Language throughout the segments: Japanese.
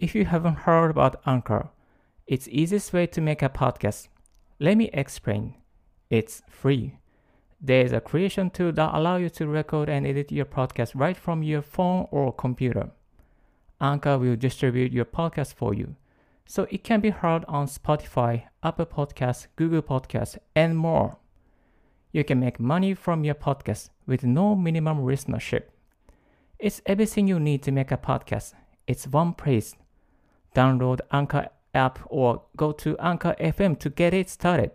If you haven't heard about Anchor, it's the easiest way to make a podcast. Let me explain. It's free. There's a creation tool that allows you to record and edit your podcast right from your phone or computer. Anchor will distribute your podcast for you, so it can be heard on Spotify, Apple Podcasts, Google Podcasts, and more. You can make money from your podcast with no minimum listenership. It's everything you need to make a podcast. It's one place. Download Anchor app or go to Anchor FM to get it started.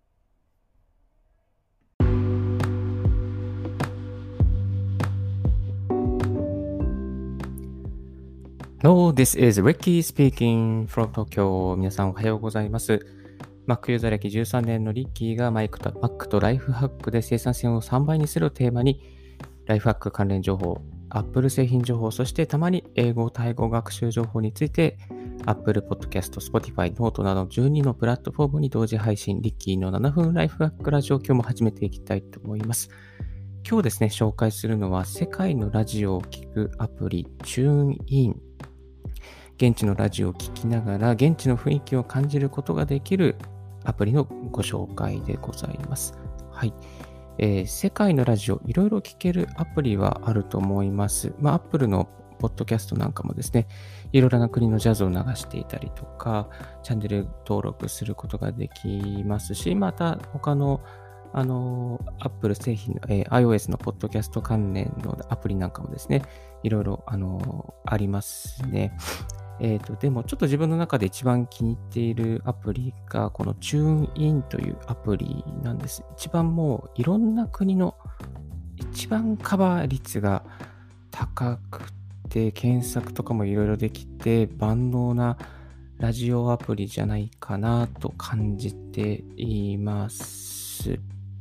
Hello, this is Ricky speaking from Tokyo. 皆さんおはようございます。Mac ユーザー歴13年のリッキーがMac とライフハックで生産性を3倍にするをテーマに、ライフハック関連情報、Apple 製品情報、そしてたまに英語・タイ語学習情報について、Apple Podcast、Spotify、Note など12のプラットフォームに同時配信、リッキーの7分ライフハックラジオ、今日も始めていきたいと思います。今日ですね、紹介するのは、世界のラジオを聞くアプリ、TuneIn。現地のラジオを聞きながら、現地の雰囲気を感じることができるアプリのご紹介でございます。はい。世界のラジオ、いろいろ聞けるアプリはあると思います。Apple のポッドキャストなんかもですね、いろいろな国のジャズを流していたりとか、チャンネル登録することができますし、また他のApple 製品の、iOS のポッドキャスト関連のアプリなんかもですね、いろいろありますね。でもちょっと自分の中で一番気に入っているアプリがこの TuneIn というアプリなんです。一番もういろんな国の一番カバー率が高くて検索とかもいろいろできて万能なラジオアプリじゃないかなと感じています。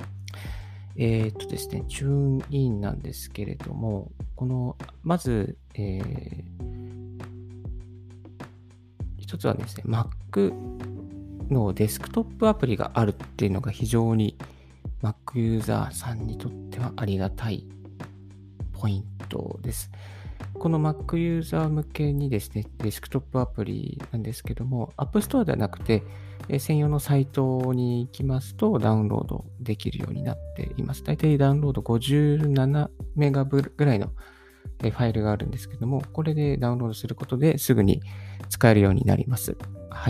ですね、TuneIn なんですけれども、まず、一つはですね、Mac のデスクトップアプリがあるっていうのが非常に Mac ユーザーさんにとってはありがたいポイントです。この Mac ユーザー向けにですね、デスクトップアプリなんですけども、App Store ではなくて、専用のサイトに行きますとダウンロードできるようになっています。だいたいダウンロード57メガぐらいのファイルがあるんですけども、これでダウンロードすることですぐに使えるようになります。はい。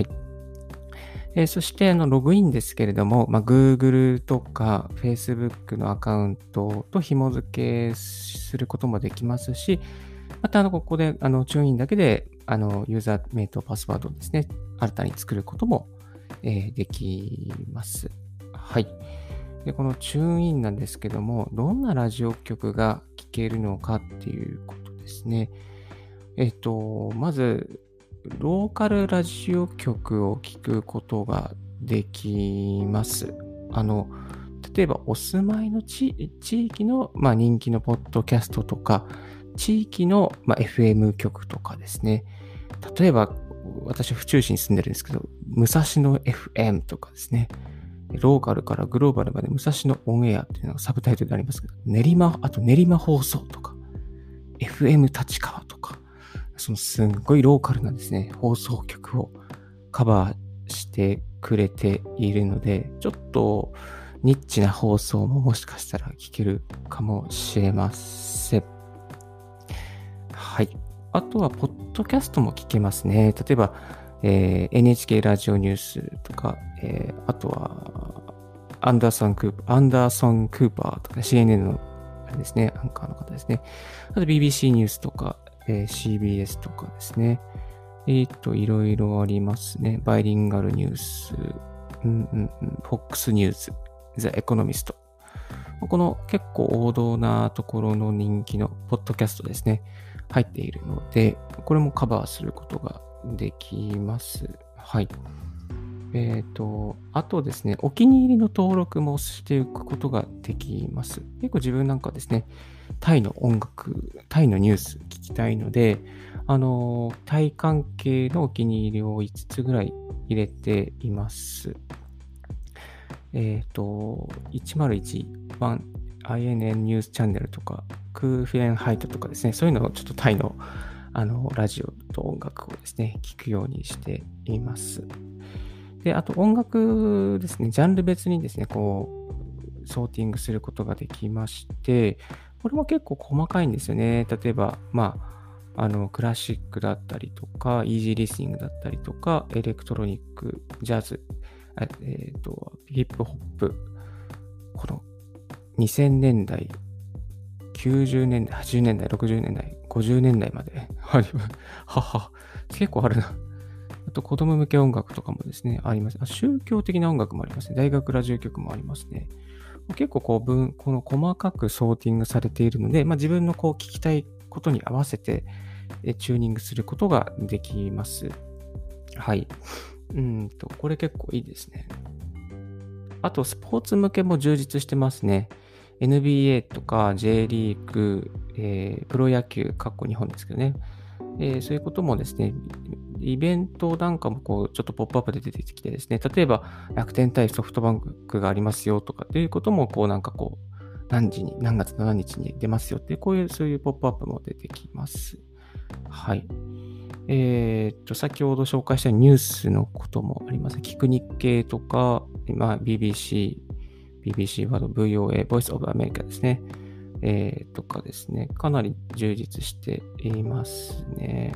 そしてログインですけれども、Google とか Facebook のアカウントと紐付けすることもできますし、またここでTuneInだけでユーザー名とパスワードをですね、新たに作ることもできます。はい。で、このTuneInなんですけども、どんなラジオ局が聞けるのかっていうことですね。まず、ローカルラジオ局を聞くことができます。例えば、お住まいの地域の、人気のポッドキャストとか、地域の、FM 局とかですね。例えば、私は府中市に住んでるんですけど、武蔵野 FM とかですね。ローカルからグローバルまで武蔵野オンエアっていうのがサブタイトルでありますけど、練馬放送とか、FM 立川とか、すんごいローカルなですね、放送局をカバーしてくれているので、ちょっとニッチな放送ももしかしたら聞けるかもしれません。はい。あとは、ポッドキャストも聞けますね。例えば、NHK ラジオニュースとか、あとは、アンダーソン・クーパーとか、CNN のあれですね、アンカーの方ですね。あと BBC ニュースとか、CBS とかですね。いろいろありますね。バイリンガルニュース、FOX ニュース、The Economist。この結構王道なところの人気のポッドキャストですね。入っているので、これもカバーすることができます。はい。あとですね、お気に入りの登録もしていくことができます。結構自分なんかですね、タイのニュース聞きたいので、タイ関係のお気に入りを5つぐらい入れています。101 INN ニュースチャンネルとか、クーフェンハイトとかですね、そういうのをちょっとタイのラジオと音楽をですね、聞くようにしています。で、あと音楽ですね、ジャンル別にですね、ソーティングすることができまして、これも結構細かいんですよね。例えば、クラシックだったりとか、イージーリスニングだったりとか、エレクトロニック、ジャズ、ヒップホップ、この2000年代、90年代、80年代、60年代、50年代まであります。結構あるな。あと、子供向け音楽とかもですね、あります。宗教的な音楽もありますね。大学ラジオ局もありますね。結構この細かくソーティングされているので、自分の聞きたいことに合わせてチューニングすることができます。はい。これ結構いいですね。あと、スポーツ向けも充実してますね。NBA とか J リーグ、プロ野球、日本ですけどね。そういうこともですね、イベントなんかもちょっとポップアップで出てきてですね、例えば楽天対ソフトバンクがありますよとかっていうことも、何月何日に出ますよっていう、そういうポップアップも出てきます。はい。先ほど紹介したニュースのこともあります。聞く日経とか、BBC ワード、VOA、Voice of America ですね。とかですね、かなり充実していますね。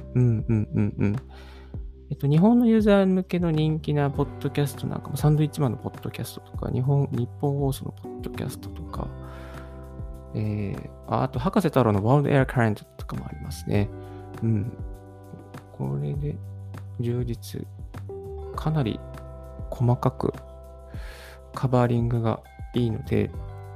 日本のユーザー向けの人気なポッドキャストなんかも、サンドイッチマンのポッドキャストとか、日本放送のポッドキャストとか、あと、博士太郎の World Air Current とかもありますね。これで充実、かなり細かくカバーリングがいいので、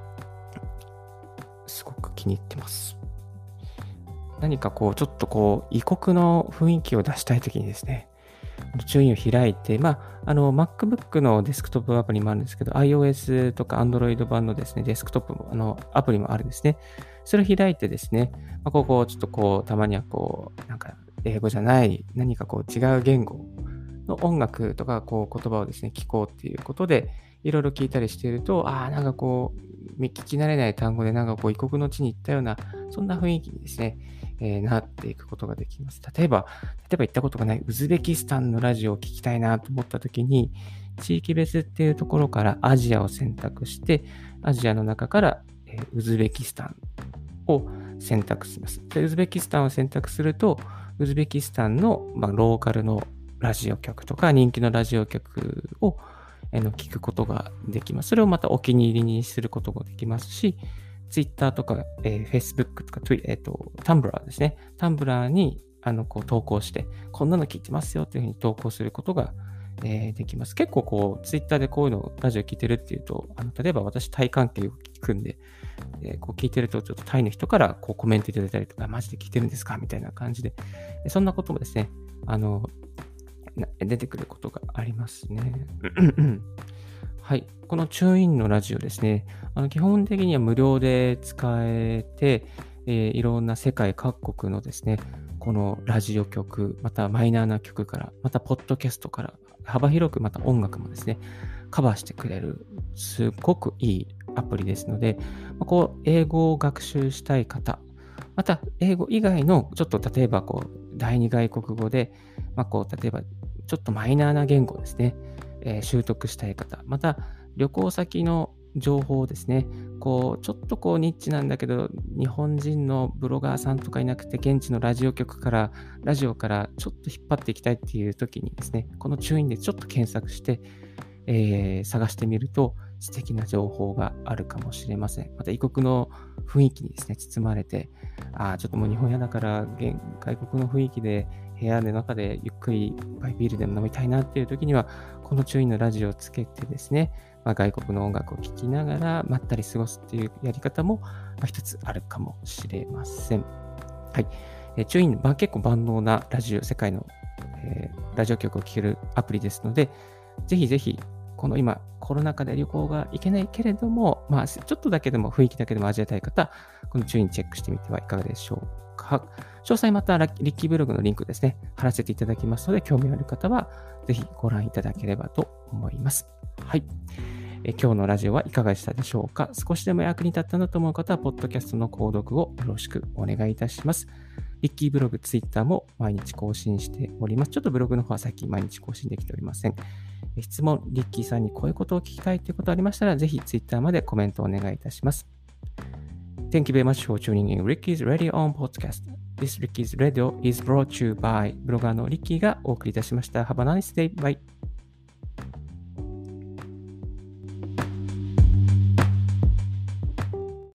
すごく気に入ってます。何かちょっと異国の雰囲気を出したいときにですね、チューインを開いて、MacBook のデスクトップアプリもあるんですけど、iOS とか Android 版のですね、デスクトップも、アプリもあるんですね。それを開いてですね、ちょっとたまには英語じゃない、何か違う言語の音楽とか、言葉をですね、聞こうっていうことで、いろいろ聞いたりしていると、聞き慣れない単語で異国の地に行ったような、そんな雰囲気にですね、なっていくことができます。例えば行ったことがないウズベキスタンのラジオを聞きたいなと思ったときに、地域別っていうところからアジアを選択して、アジアの中からウズベキスタンを選択します。で、ウズベキスタンを選択すると、ウズベキスタンの、ローカルのラジオ局とか人気のラジオ局を聞くことができます。それをまたお気に入りにすることができますし、Twitter とか、Facebook とか、Tumblr ですね。Tumblr に投稿して、こんなの聞いてますよというふうに投稿することが、できます。結構Twitter でこういうのラジオ聞いてるっていうと、例えば私タイ関係を聞くんで、聞いてるとちょっとタイの人からコメントいただいたりとか、マジで聞いてるんですかみたいな感じで、そんなこともですね、出てくることがありますね。はい。このチューインのラジオですね、基本的には無料で使えて、いろんな世界各国のですね、このラジオ局、またマイナーな曲から、またポッドキャストから、幅広くまた音楽もですね、カバーしてくれる、すごくいいアプリですので、英語を学習したい方、また英語以外の、ちょっと例えば第二外国語で、例えばちょっとマイナーな言語ですね、習得したい方、また旅行先の情報をですね、ちょっとニッチなんだけど、日本人のブロガーさんとかいなくて、現地のラジオ局から、ラジオからちょっと引っ張っていきたいっていう時にですね、このチューインでちょっと検索して、探してみると素敵な情報があるかもしれません。また異国の雰囲気にですね、包まれて、ちょっともう日本屋だから外国の雰囲気で部屋の中でゆっくりいっぱいビールでも飲みたいなっていう時には、このチューインのラジオをつけてですね、外国の音楽を聴きながらまったり過ごすっていうやり方も、一つあるかもしれません。はい。チューイン、結構万能な世界の、ラジオ局を聴けるアプリですので、ぜひぜひ、この今、コロナ禍で旅行が行けないけれども、ちょっとだけでも雰囲気だけでも味わいたい方、このチューインチェックしてみてはいかがでしょうか。詳細またリッキーブログのリンクですね、貼らせていただきますので、興味ある方はぜひご覧いただければと思います。はい。 今日のラジオはいかがでしたでしょうか。少しでも役に立ったなと思う方は、ポッドキャストの購読をよろしくお願いいたします。リッキーブログ、ツイッターも毎日更新しております。ちょっとブログの方は最近毎日更新できておりません。質問、リッキーさんにこういうことを聞きたいということありましたら、ぜひツイッターまでコメントをお願いいたします。Thank you very much for tuning in Ricky's Radio on Podcast.This Ricky's Radio is brought to you by ブロガーのリッキーがお送りいたしました。Have a nice day. Bye.